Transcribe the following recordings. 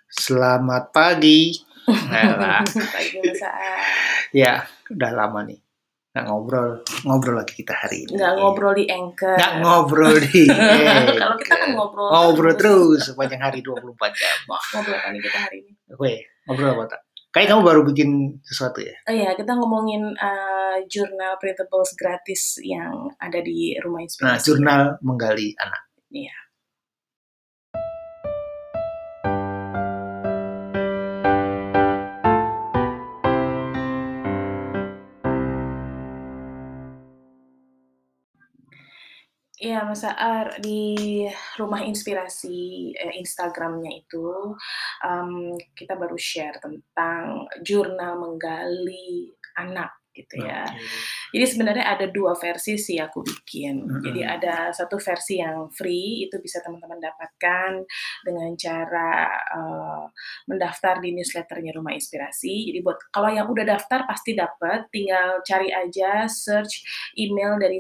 Selamat pagi. Alah. Pagi Mas Ya, udah lama nih nggak ngobrol lagi kita hari ini. Nggak ngobrol di Anchor. Nggak ngobrol di Kalau kita kan ngobrol terus sepanjang hari 24 jam. Wah, ngobrol apa nih kita hari ini? Oke, ngobrol apa tak? Kayak kamu baru bikin sesuatu ya? Oh iya, kita ngomongin jurnal printables gratis yang ada di Rumah Nah, Inspirasi. jurnal menggali anak. Iya. Iya, Mas Aar, di Rumah Inspirasi Instagramnya itu kita baru share tentang jurnal menggali anak gitu ya. Jadi sebenarnya ada 2 versi sih aku bikin. Jadi ada satu versi yang free, itu bisa teman-teman dapatkan dengan cara mendaftar di newsletternya Rumah Inspirasi. Jadi buat kalau yang udah daftar pasti dapat, tinggal cari aja search email dari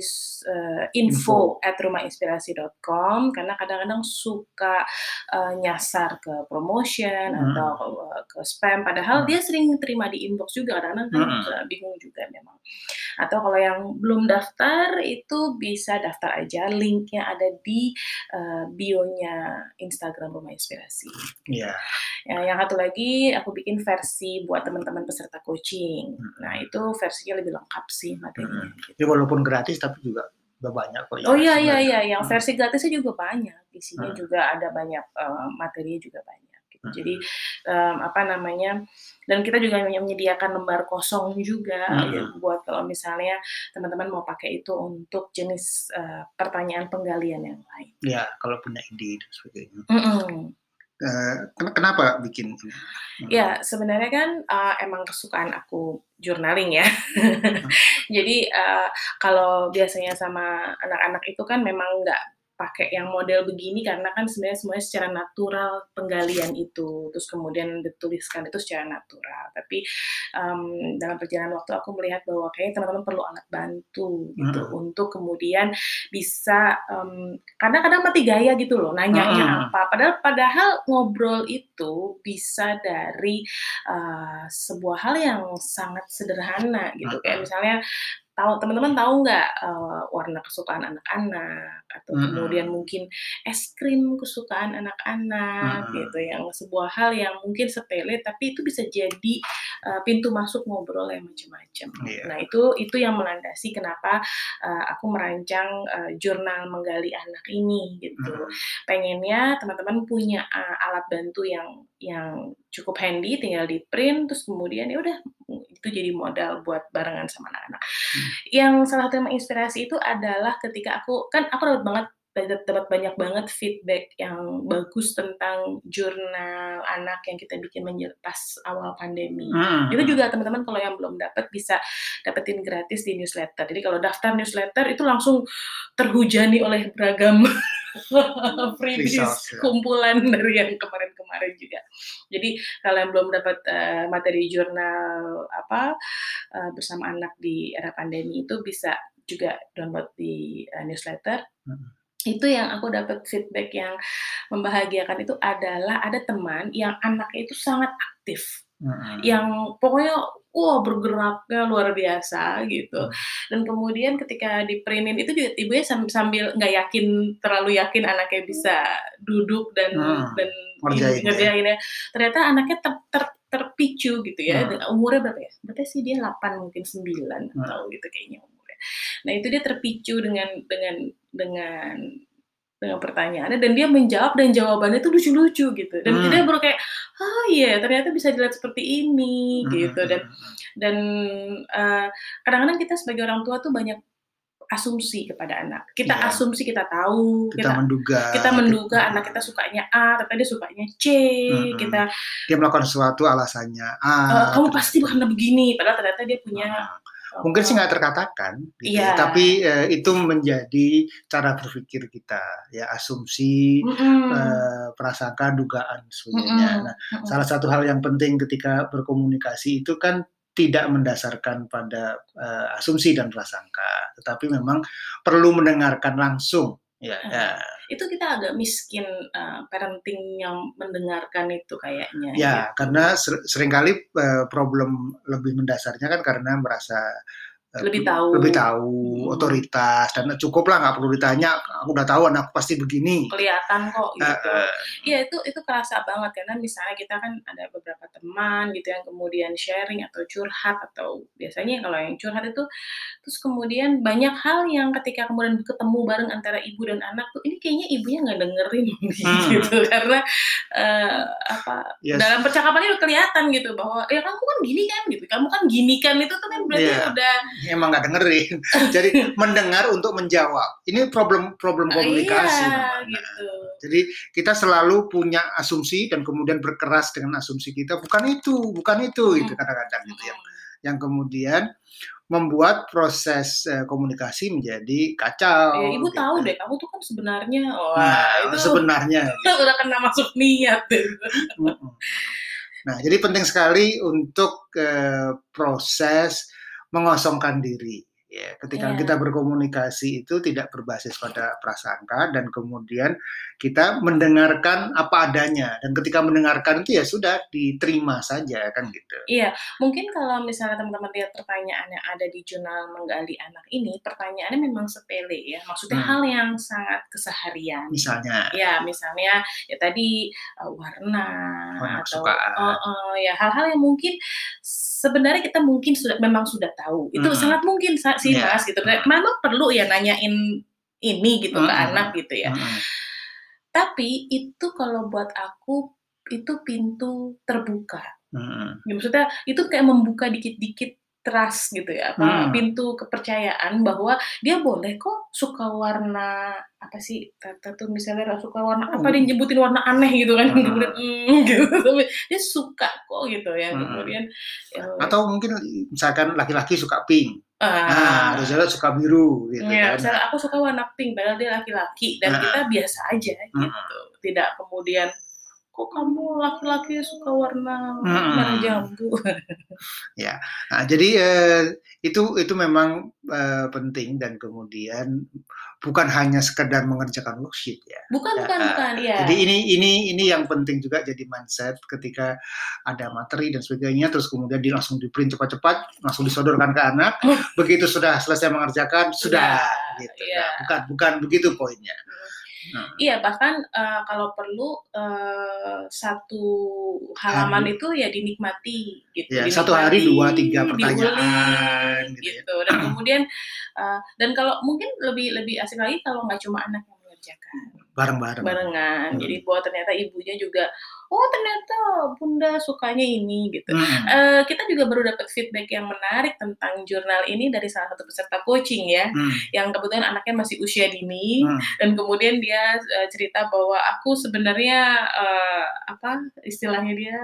info@rumahinspirasi.com karena kadang-kadang suka nyasar ke promotion atau ke spam, padahal dia sering terima di inbox juga, kadang-kadang kan bingung juga memang. Atau kalau yang belum daftar itu bisa daftar aja, linknya ada di bio-nya Instagram Rumah Inspirasi. Iya. Yang satu lagi aku bikin versi buat teman-teman peserta coaching. Nah itu versinya lebih lengkap sih materinya. Jadi walaupun gratis tapi juga udah banyak kok ya. Oh iya, yang versi gratisnya juga banyak, isinya juga ada banyak materinya juga banyak. Gitu. Jadi dan kita juga menyediakan lembar kosong juga buat kalau misalnya teman-teman mau pakai itu untuk jenis pertanyaan penggalian yang lain. Ya, kalau punya ide dan sebagainya. Kenapa bikin ini? Ya, sebenarnya kan emang kesukaan aku journaling ya. Jadi kalau biasanya sama anak-anak itu kan memang nggak pakai yang model begini karena kan sebenarnya semuanya secara natural penggalian itu, terus kemudian dituliskan itu secara natural. Tapi dalam perjalanan waktu aku melihat bahwa kayaknya teman-teman perlu alat bantu gitu untuk kemudian bisa kadang-kadang mati gaya gitu loh, nanyanya apa. Padahal ngobrol itu bisa dari sebuah hal yang sangat sederhana gitu. Kayak misalnya teman-teman tahu nggak warna kesukaan anak-anak atau kemudian mungkin es krim kesukaan anak-anak gitu, yang sebuah hal yang mungkin sepele tapi itu bisa jadi pintu masuk ngobrol yang macam-macam. Nah itu yang melandasi kenapa aku merancang jurnal menggali anak ini gitu. Pengennya teman-teman punya alat bantu yang cukup handy, tinggal di print terus kemudian ya udah itu jadi modal buat barengan sama anak-anak. Yang salah satu yang menginspirasi itu adalah ketika aku dapat banyak banget feedback yang bagus tentang jurnal anak yang kita bikin pas awal pandemi. Itu juga teman-teman kalau yang belum dapat bisa dapetin gratis di newsletter. Jadi kalau daftar newsletter itu langsung terhujani oleh beragam freebies kumpulan dari yang kemarin-kemarin juga. Jadi kalau yang belum dapat materi jurnal bersama anak di era pandemi itu bisa juga download di newsletter. Itu yang aku dapat feedback yang membahagiakan itu adalah ada teman yang anaknya itu sangat aktif. Yang pokoknya bergeraknya luar biasa gitu. Dan kemudian ketika di-printin itu juga ibunya sambil nggak terlalu yakin anaknya bisa duduk dan ngerjainnya. Ternyata anaknya terpicu gitu ya. Umurnya berapa ya? Berarti sih dia 8 mungkin 9 atau gitu kayaknya umurnya. Nah, itu dia terpicu dengan pertanyaannya dan dia menjawab dan jawabannya itu lucu-lucu gitu. Dan kita baru kayak, "Oh iya, ternyata bisa dilihat seperti ini." Gitu. Dan kadang-kadang kita sebagai orang tua tuh banyak asumsi kepada anak. Kita asumsi kita tahu, kita menduga anak kita sukanya A, tapi dia sukanya C. Dia melakukan sesuatu alasannya A. Kamu pasti karena begini, padahal ternyata dia punya mungkin sih nggak terkatakan, gitu ya, tapi itu menjadi cara berpikir kita, ya asumsi, prasangka, dugaan, sebagainya. Nah, salah satu hal yang penting ketika berkomunikasi itu kan tidak mendasarkan pada asumsi dan prasangka, tetapi memang perlu mendengarkan langsung, ya. Itu kita agak miskin parenting yang mendengarkan itu kayaknya. Ya, gitu. karena seringkali problem lebih mendasarnya kan karena merasa lebih tahu otoritas dan cukuplah nggak perlu ditanya, aku udah tahu anakku pasti begini, kelihatan kok gitu. Iya, itu kerasa banget karena misalnya kita kan ada beberapa teman gitu yang kemudian sharing atau curhat, atau biasanya kalau yang curhat itu terus kemudian banyak hal yang ketika kemudian ketemu bareng antara ibu dan anak tuh, ini kayaknya ibunya nggak dengerin gitu karena dalam percakapan itu kelihatan gitu bahwa ya kamu kan gini kan gitu, kamu kan gini kan, itu tuh kan berarti udah emang nggak dengerin. Jadi mendengar untuk menjawab, ini problem komunikasi gitu. Jadi kita selalu punya asumsi dan kemudian berkeras dengan asumsi kita, bukan itu itu kadang-kadang gitu yang kemudian membuat proses komunikasi menjadi kacau. Ibu gitu. Tahu deh, kamu tuh kan sebenarnya, itu sebenarnya udah kena masuk niat. Nah, jadi penting sekali untuk proses mengosongkan diri. Ya, ketika kita berkomunikasi itu tidak berbasis pada prasangka dan kemudian kita mendengarkan apa adanya, dan ketika mendengarkan itu ya sudah diterima saja kan gitu. Iya, mungkin kalau misalnya teman-teman lihat pertanyaan yang ada di jurnal Menggali Anak ini, pertanyaannya memang sepele ya, maksudnya hal yang sangat keseharian. Misalnya? Ya, misalnya ya tadi warna atau ya hal-hal yang mungkin sebenarnya kita mungkin memang sudah tahu. Itu sangat mungkin sih Mas gitu. Memang perlu ya nanyain ini gitu ke anak gitu ya. Tapi itu kalau buat aku itu pintu terbuka. Ya, maksudnya itu kayak membuka dikit-dikit trust gitu ya, pintu kepercayaan bahwa dia boleh kok suka warna apa sih, Tata tuh misalnya suka warna apa, dia nyebutin warna aneh gitu kan, kemudian gitu, tapi dia suka kok gitu ya, kemudian atau mungkin misalkan laki-laki suka pink, terus suka biru gitu ya, kan. Misalnya aku suka warna pink padahal dia laki-laki dan kita biasa aja gitu, tidak kemudian kok kamu laki-laki suka warna merah jambu. Ya, nah, jadi itu memang penting, dan kemudian bukan hanya sekedar mengerjakan worksheet ya. Bukan ya. Jadi ini yang penting juga, jadi mindset ketika ada materi dan sebagainya, terus kemudian langsung di-print cepat-cepat, langsung disodorkan ke anak. Begitu sudah selesai mengerjakan, sudah gitu. Nah, bukan begitu poinnya. Iya, bahkan kalau perlu satu halaman itu ya dinikmati gitu. Ya, satu hari 2-3 pertanyaan gitu. Dan kemudian dan kalau mungkin lebih asik lagi kalau nggak cuma anak yang mengerjakan. Barengan. Jadi bahwa ternyata ibunya juga, oh ternyata bunda sukanya ini gitu. Kita juga baru dapat feedback yang menarik tentang jurnal ini dari salah satu peserta coaching ya, yang kebetulan anaknya masih usia dini, dan kemudian dia cerita bahwa aku sebenarnya apa istilahnya dia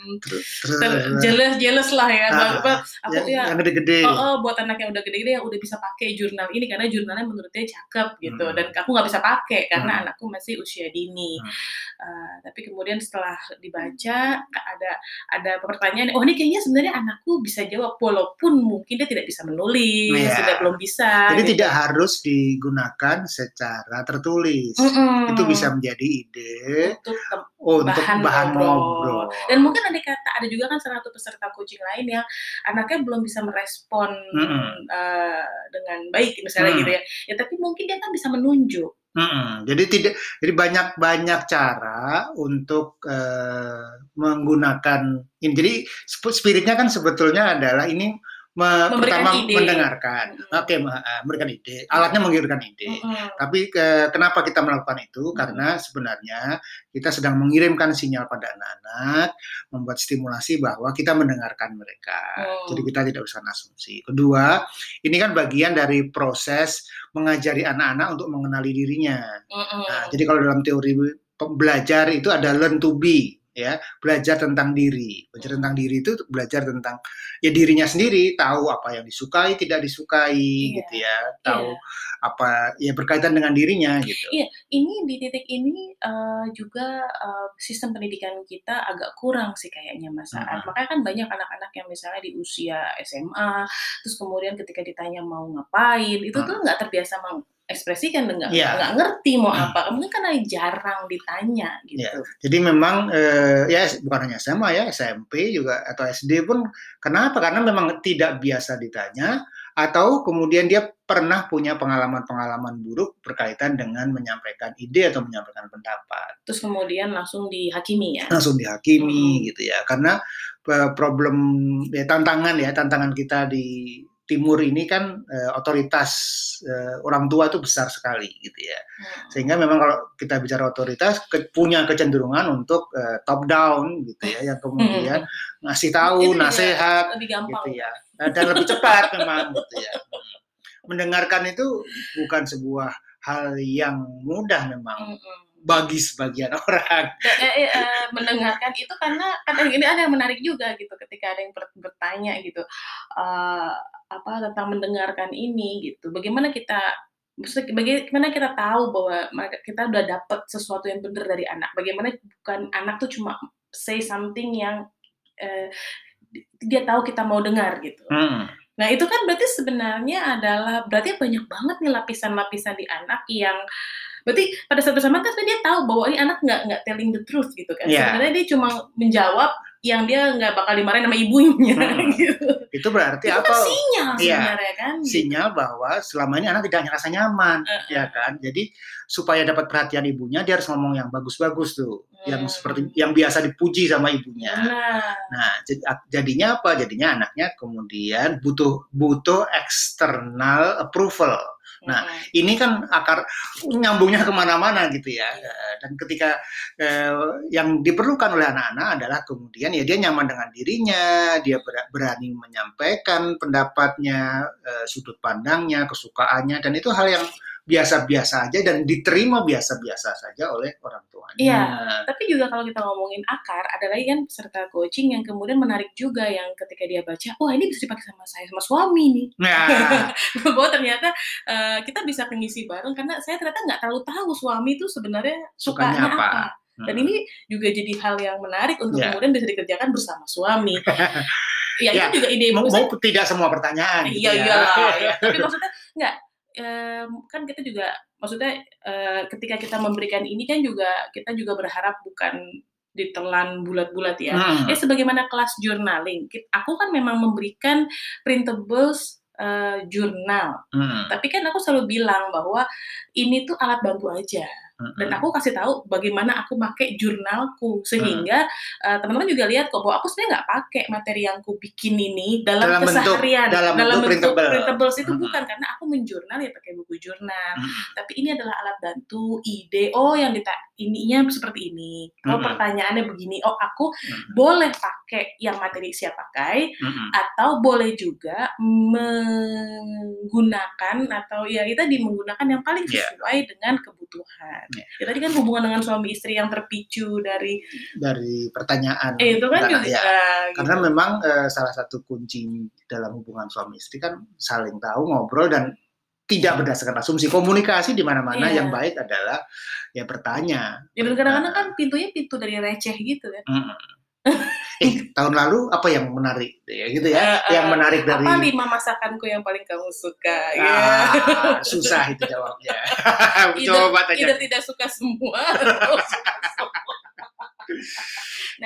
jealous lah ya, aku yang gede-gede. Buat anak yang udah gede-gede yang udah bisa pakai jurnal ini karena jurnalnya menurut dia cakep gitu, dan aku nggak bisa pakai karena anakku masih usia dini. Tapi kemudian setelah dibaca ada pertanyaan, oh ini kayaknya sebenarnya anakku bisa jawab walaupun mungkin dia tidak bisa menulis, sudah belum bisa. Jadi gitu. Tidak harus digunakan secara tertulis. Itu bisa menjadi ide untuk bahan ngobrol. Dan mungkin ada juga kan salah satu peserta coaching lain yang anaknya belum bisa merespon dengan baik misalnya gitu ya. Ya tapi mungkin dia kan bisa menunjuk. Jadi banyak cara untuk menggunakan ini. Jadi spiritnya kan sebetulnya adalah ini pertama ide. Mendengarkan, memberikan ide, alatnya mengirimkan ide. Tapi kenapa kita melakukan itu? Karena sebenarnya kita sedang mengirimkan sinyal pada anak-anak, membuat stimulasi bahwa kita mendengarkan mereka. Jadi kita tidak usah asumsi. Kedua, ini kan bagian dari proses mengajari anak-anak untuk mengenali dirinya. Nah, jadi kalau dalam teori belajar itu ada learn to be. Ya, belajar tentang diri. Belajar tentang diri itu belajar tentang ya dirinya sendiri, tahu apa yang disukai, tidak disukai, gitu ya, tahu apa ya berkaitan dengan dirinya, gitu. Iya, ini di titik ini juga sistem pendidikan kita agak kurang sih kayaknya Mas Saad. Makanya kan banyak anak-anak yang misalnya di usia SMA, terus kemudian ketika ditanya mau ngapain, itu tuh nggak terbiasa ekspresikan dan nggak ngerti mau apa, mungkin karena jarang ditanya gitu. Jadi memang ya bukan hanya SMA ya, SMP juga atau SD pun, kenapa? Karena memang tidak biasa ditanya, atau kemudian dia pernah punya pengalaman-pengalaman buruk berkaitan dengan menyampaikan ide atau menyampaikan pendapat. Terus kemudian langsung dihakimi ya? Langsung dihakimi gitu ya, karena problem tantangan kita di Timur ini kan otoritas orang tua itu besar sekali gitu ya. Sehingga memang kalau kita bicara otoritas punya kecenderungan untuk top down gitu ya, yang kemudian ngasih tahu, nasihat gitu ya. Dan lebih cepat memang gitu ya. Mendengarkan itu bukan sebuah hal yang mudah memang. Bagi sebagian orang. Mendengarkan itu karena kadang ini ada yang menarik juga gitu, ketika ada yang bertanya gitu, tentang mendengarkan ini gitu. Bagaimana kita tahu bahwa kita udah dapet sesuatu yang benar dari anak? Bagaimana bukan anak tuh cuma say something yang dia tahu kita mau dengar gitu. Nah itu kan berarti sebenarnya berarti banyak banget nih lapisan-lapisan di anak yang berarti pada saat bersamaan kan dia tahu bahwa ini anak nggak telling the truth gitu kan. Sebenarnya dia cuma menjawab yang dia nggak bakal dimarahin sama ibunya gitu. Itu berarti itu apa? Kan sinyal sebenarnya kan. Sinyal bahwa selama ini anak tidak ngerasa nyaman, ya kan. Jadi supaya dapat perhatian ibunya, dia harus ngomong yang bagus-bagus tuh, yang seperti yang biasa dipuji sama ibunya. Nah, jadinya apa? Jadinya anaknya kemudian butuh external approval. Nah, ini kan nyambungnya kemana-mana gitu ya. Dan ketika yang diperlukan oleh anak-anak adalah kemudian ya dia nyaman dengan dirinya, dia berani menyampaikan pendapatnya, sudut pandangnya, kesukaannya, dan itu hal yang biasa-biasa aja dan diterima biasa-biasa saja oleh orang tuanya. Iya, tapi juga kalau kita ngomongin akar, ada lagi kan peserta coaching yang kemudian menarik juga, yang ketika dia baca, wah ini bisa dipakai sama saya sama suami nih. Bahwa ternyata kita bisa mengisi bareng karena saya ternyata nggak terlalu tahu suami itu sebenarnya sukanya apa. Dan ini juga jadi hal yang menarik untuk kemudian bisa dikerjakan bersama suami. Ya, itu juga ide mau tidak semua pertanyaan. Iya, iyalah. Ya. Tapi maksudnya nggak. Kan kita juga maksudnya ketika kita memberikan ini kan juga kita juga berharap bukan ditelan bulat-bulat ya. Ya sebagaimana kelas journaling, aku kan memang memberikan printables jurnal. Tapi kan aku selalu bilang bahwa ini tuh alat bantu aja. Dan aku kasih tahu bagaimana aku pakai jurnalku sehingga teman-teman juga lihat kok bahwa aku sebenarnya nggak pakai materi yang aku bikin ini dalam keseharian, dalam bentuk printables itu bukan, karena aku menjurnal ya pakai buku jurnal. Tapi ini adalah alat bantu, ide, yang ininya seperti ini, pertanyaannya begini, aku boleh pakai yang materi siap pakai, atau boleh juga menggunakan atau ya kita menggunakan yang paling sesuai dengan kebutuhan. Ya tadi kan hubungan dengan suami istri yang terpicu dari pertanyaan. Itu kan juga. Ya. Karena memang salah satu kunci dalam hubungan suami istri kan saling tahu, ngobrol, dan tidak berdasarkan asumsi. Komunikasi di mana-mana yang baik adalah ya bertanya. Ya kadang-kadang kan pintunya pintu dari receh gitu kan. Tahun lalu apa yang menarik ya gitu ya, yang menarik dari apa 5 masakanku yang paling kamu suka? Susah itu jawabnya. Coba tanya. Tidak suka semua atau suka semua. Nah,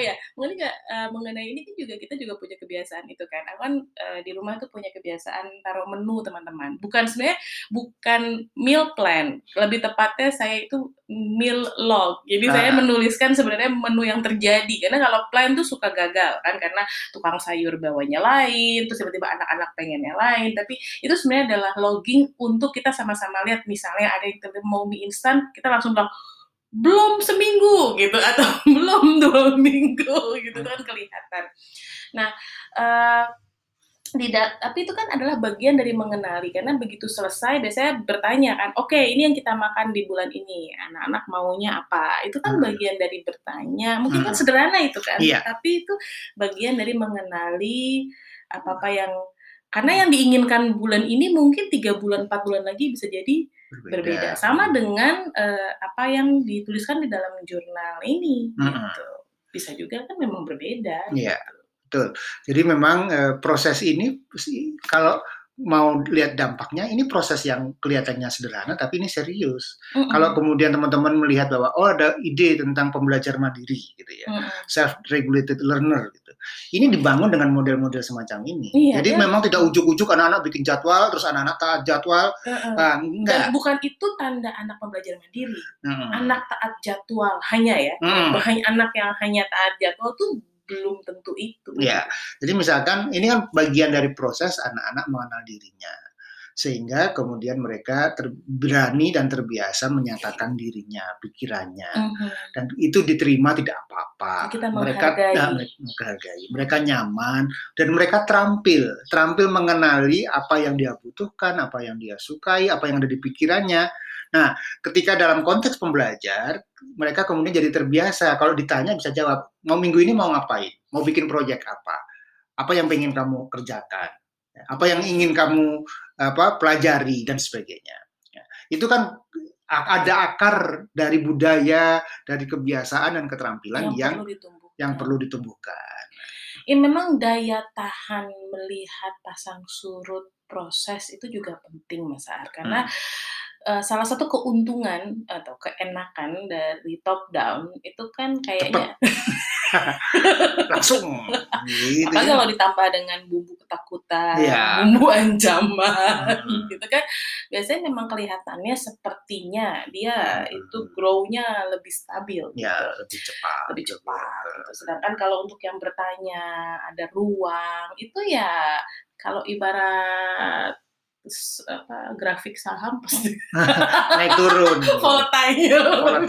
mengenai ini kan juga kita juga punya kebiasaan itu kan. Aku kan di rumah tuh punya kebiasaan taruh menu, teman-teman. Bukan meal plan. Lebih tepatnya saya itu meal log. Jadi saya menuliskan sebenarnya menu yang terjadi. Karena kalau plan tuh suka gagal kan, karena tukang sayur bawanya lain, terus tiba-tiba anak-anak pengennya lain. Tapi itu sebenarnya adalah logging untuk kita sama-sama lihat. Misalnya ada yang mau mie instan, kita langsung bilang belum seminggu gitu, atau belum 2 minggu gitu kan kelihatan. Nah, tapi itu kan adalah bagian dari mengenali, karena begitu selesai biasanya bertanya kan, oke, ini yang kita makan di bulan ini, anak-anak maunya apa? Itu kan bagian dari bertanya, mungkin kan sederhana itu kan, tapi itu bagian dari mengenali apa-apa yang, karena yang diinginkan bulan ini mungkin 3 bulan, 4 bulan lagi bisa jadi berbeda. Sama dengan apa yang dituliskan di dalam jurnal ini gitu. Bisa juga kan memang berbeda. Iya, betul. Jadi memang proses ini kalau mau lihat dampaknya, ini proses yang kelihatannya sederhana, tapi ini serius. Kalau kemudian teman-teman melihat bahwa, oh ada ide tentang pembelajar mandiri, gitu ya, self-regulated learner, gitu. Ini dibangun dengan model-model semacam ini. Iya, Jadi memang tidak ujuk-ujuk anak-anak bikin jadwal, terus anak-anak taat jadwal. Dan Enggak. bukan itu tanda anak pembelajar mandiri. Anak taat jadwal hanya ya, anak yang hanya taat jadwal tuh belum tentu itu. Ya, jadi misalkan ini kan bagian dari proses anak-anak mengenal dirinya, sehingga kemudian mereka berani dan terbiasa menyatakan dirinya, pikirannya, dan itu diterima tidak apa-apa. Mereka menghargai, mereka nyaman, dan mereka terampil mengenali apa yang dia butuhkan, apa yang dia sukai, apa yang ada di pikirannya. Nah, ketika dalam konteks pembelajar, mereka kemudian jadi terbiasa. Kalau ditanya bisa jawab, mau minggu ini mau ngapain? Mau bikin proyek apa? Apa yang pengen kamu kerjakan? Apa yang ingin kamu pelajari dan sebagainya. Itu kan ada akar dari budaya, dari kebiasaan dan keterampilan yang perlu ditumbuhkan. Ya memang daya tahan melihat pasang surut proses itu juga penting, Mas Ar, karena salah satu keuntungan atau keenakan dari top down itu kan kayaknya langsung gitu. Apalagi kalau ditambah dengan bumbu ketakutan, bumbu ancaman gitu kan, biasanya memang kelihatannya sepertinya dia itu grow-nya lebih stabil gitu. Lebih cepat gitu. Sedangkan kalau untuk yang bertanya ada ruang itu ya kalau ibarat grafik saham pasti naik turun, volatile.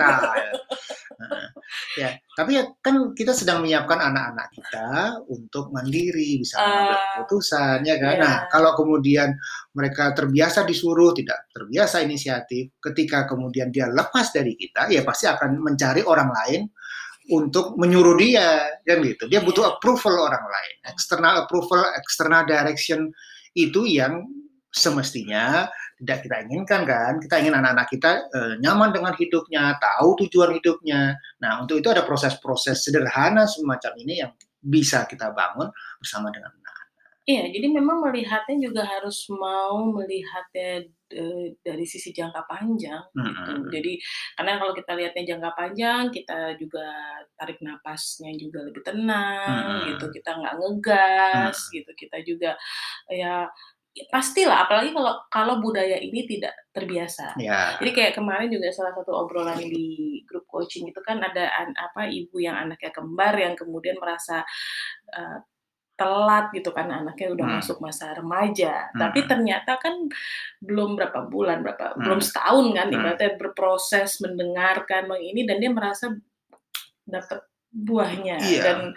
Ya, tapi ya kan kita sedang menyiapkan anak-anak kita untuk mandiri, bisa mengambil keputusan, ya kan? Nah, kalau kemudian mereka terbiasa disuruh, tidak terbiasa inisiatif, ketika kemudian dia lepas dari kita, ya pasti akan mencari orang lain untuk menyuruh dia, kan gitu. Dia butuh approval orang lain, external approval, external direction itu yang semestinya tidak kita inginkan kan. Kita ingin anak-anak kita nyaman dengan hidupnya, tahu tujuan hidupnya. Nah, untuk itu ada proses-proses sederhana semacam ini yang bisa kita bangun bersama dengan anak-anak. Iya, jadi memang melihatnya juga harus mau melihatnya dari sisi jangka panjang gitu. Jadi karena kalau kita lihatnya jangka panjang, kita juga tarik napasnya juga lebih tenang gitu. Kita nggak ngegas gitu. Kita juga ya pastilah, apalagi kalau budaya ini tidak terbiasa. Jadi kayak kemarin juga salah satu obrolan di grup coaching itu kan ada ibu yang anaknya kembar yang kemudian merasa telat gitu kan, anaknya udah masuk masa remaja. Tapi ternyata kan belum berapa bulan, belum setahun kan, ibaratnya berproses mendengarkan ini dan dia merasa dapat buahnya dan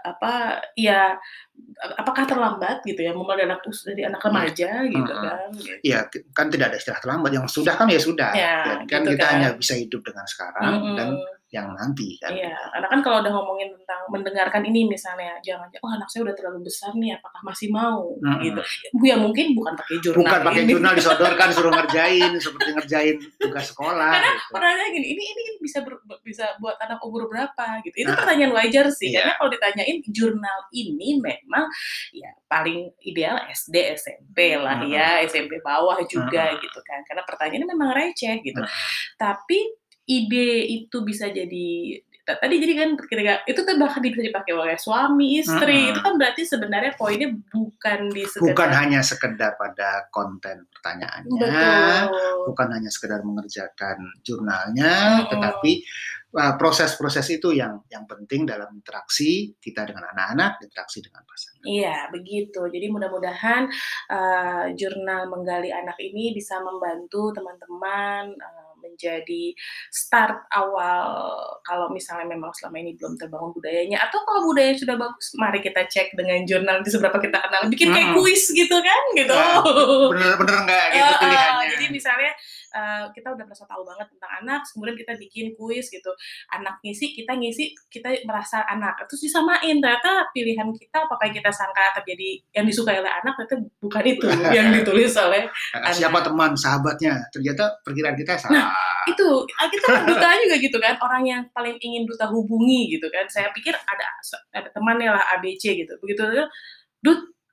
apakah terlambat gitu ya memulai dari anak remaja gitu kan? Iya, kan tidak ada istilah terlambat. Yang sudah kan ya sudah. Kan gitu kita hanya bisa hidup dengan sekarang dan yang nanti kan. Iya, karena kan kalau udah ngomongin tentang mendengarkan ini misalnya, jangan anak saya udah terlalu besar nih, apakah masih mau gitu? Ya mungkin bukan pakai jurnal. Bukan pakai jurnal disodorkan suruh ngerjain seperti ngerjain tugas sekolah. Karena pertanyaannya gini, ini bisa buat anak umur berapa gitu? Itu pertanyaan wajar sih, karena kalau ditanyain jurnal ini memang ya paling ideal SD, SMP lah ya, SMP bawah juga gitu kan. Karena pertanyaannya memang receh gitu. Tapi ide itu bisa jadi tadi jadi kan ketika itu kan bahkan bisa dipakai oleh suami istri itu kan berarti sebenarnya poinnya bukan hanya sekedar pada konten pertanyaannya. Bukan hanya sekedar mengerjakan jurnalnya, tetapi proses-proses itu yang penting dalam interaksi kita dengan anak-anak, interaksi dengan pasangan. Iya, begitu. Jadi mudah-mudahan jurnal menggali anak ini bisa membantu teman-teman menjadi start awal kalau misalnya memang selama ini belum terbangun budayanya, atau kalau budayanya sudah bagus, mari kita cek dengan jurnal di seberapa kita kenal, bikin kayak kuis gitu kan, gitu. Bener nggak gitu pilihannya. Jadi misalnya kita udah merasa tahu banget tentang anak, kemudian kita bikin kuis gitu, anak ngisi, kita merasa anak, terus disamain, ternyata pilihan kita apa yang kita sangka terjadi yang disukai oleh anak, ternyata bukan itu yang ditulis oleh anak. Siapa teman, sahabatnya, ternyata perkiraan kita salah. Itu kita duta juga gitu kan, orang yang paling ingin duta hubungi gitu kan, saya pikir ada temannya lah ABC gitu, begitu Dut,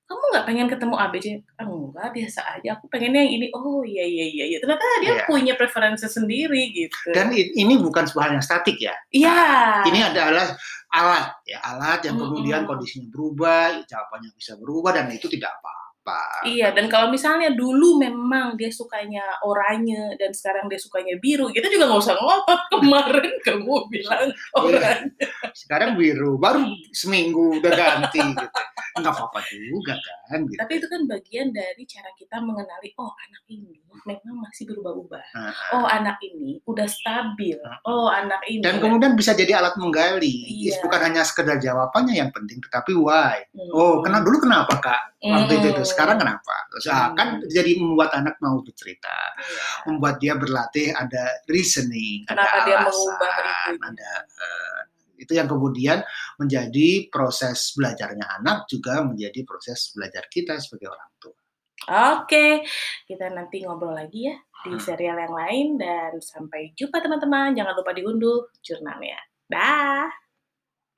kamu nggak pengen ketemu ABC? Enggak, biasa aja, aku pengennya yang ini. Oh, iya iya iya iya, ternyata dia Iya. punya preferensi sendiri gitu. Dan ini bukan sebuah hal yang statik ya. Iya. Ini adalah alat ya, alat yang kemudian kondisinya berubah, jawabannya bisa berubah dan itu tidak apa-apa. Iya, dan kalau misalnya dulu memang dia sukanya oranye dan sekarang dia sukanya biru, kita juga nggak usah ngotot, kemarin kamu bilang oranye. Sekarang biru, baru seminggu udah ganti gitu. Nggak apa-apa juga kan gitu. Tapi itu kan bagian dari cara kita mengenali, oh anak ini memang masih berubah-ubah. Oh anak ini udah stabil. Oh anak ini. Dan kemudian bisa jadi alat menggali. Iya. Bukan hanya sekedar jawabannya yang penting, tetapi why. Oh, dulu kenapa Kak? Waktu itu, sekarang kenapa? Kan jadi membuat anak mau bercerita. Membuat dia berlatih ada reasoning, kenapa ada dia alasan, mengubah itu? ada itu yang kemudian menjadi proses belajarnya anak, juga menjadi proses belajar kita sebagai orang tua. Oke, kita nanti ngobrol lagi ya di serial yang lain dan sampai jumpa teman-teman. Jangan lupa diunduh jurnalnya. Dah.